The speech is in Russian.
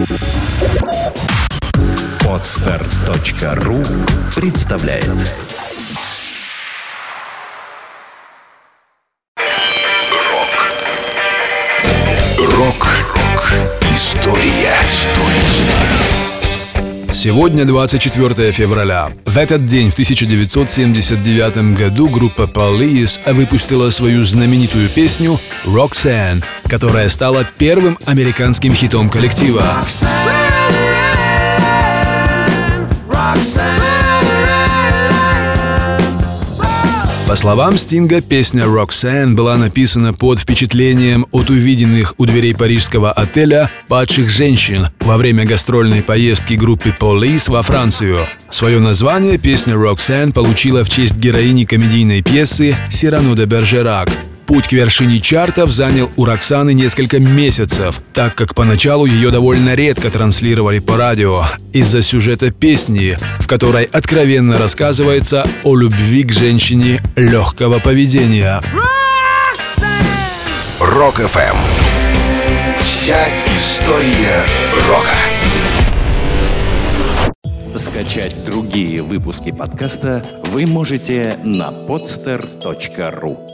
Podster.ru представляет. Рок. История. Сегодня 24 февраля. В этот день, в 1979 году, группа Police выпустила свою знаменитую песню «Roxanne», которая стала первым американским хитом коллектива. По словам Стинга, песня «Roxanne» была написана под впечатлением от увиденных у дверей парижского отеля падших женщин во время гастрольной поездки группы Police во Францию. Свое название песня «Roxanne» получила в честь героини комедийной пьесы «Сирано де Бержерак». Путь к вершине чартов занял у Роксаны несколько месяцев, так как поначалу ее довольно редко транслировали по радио из-за сюжета песни, в которой откровенно рассказывается о любви к женщине легкого поведения. Рок-ФМ. Вся история рока. Скачать другие выпуски подкаста вы можете на podster.ru.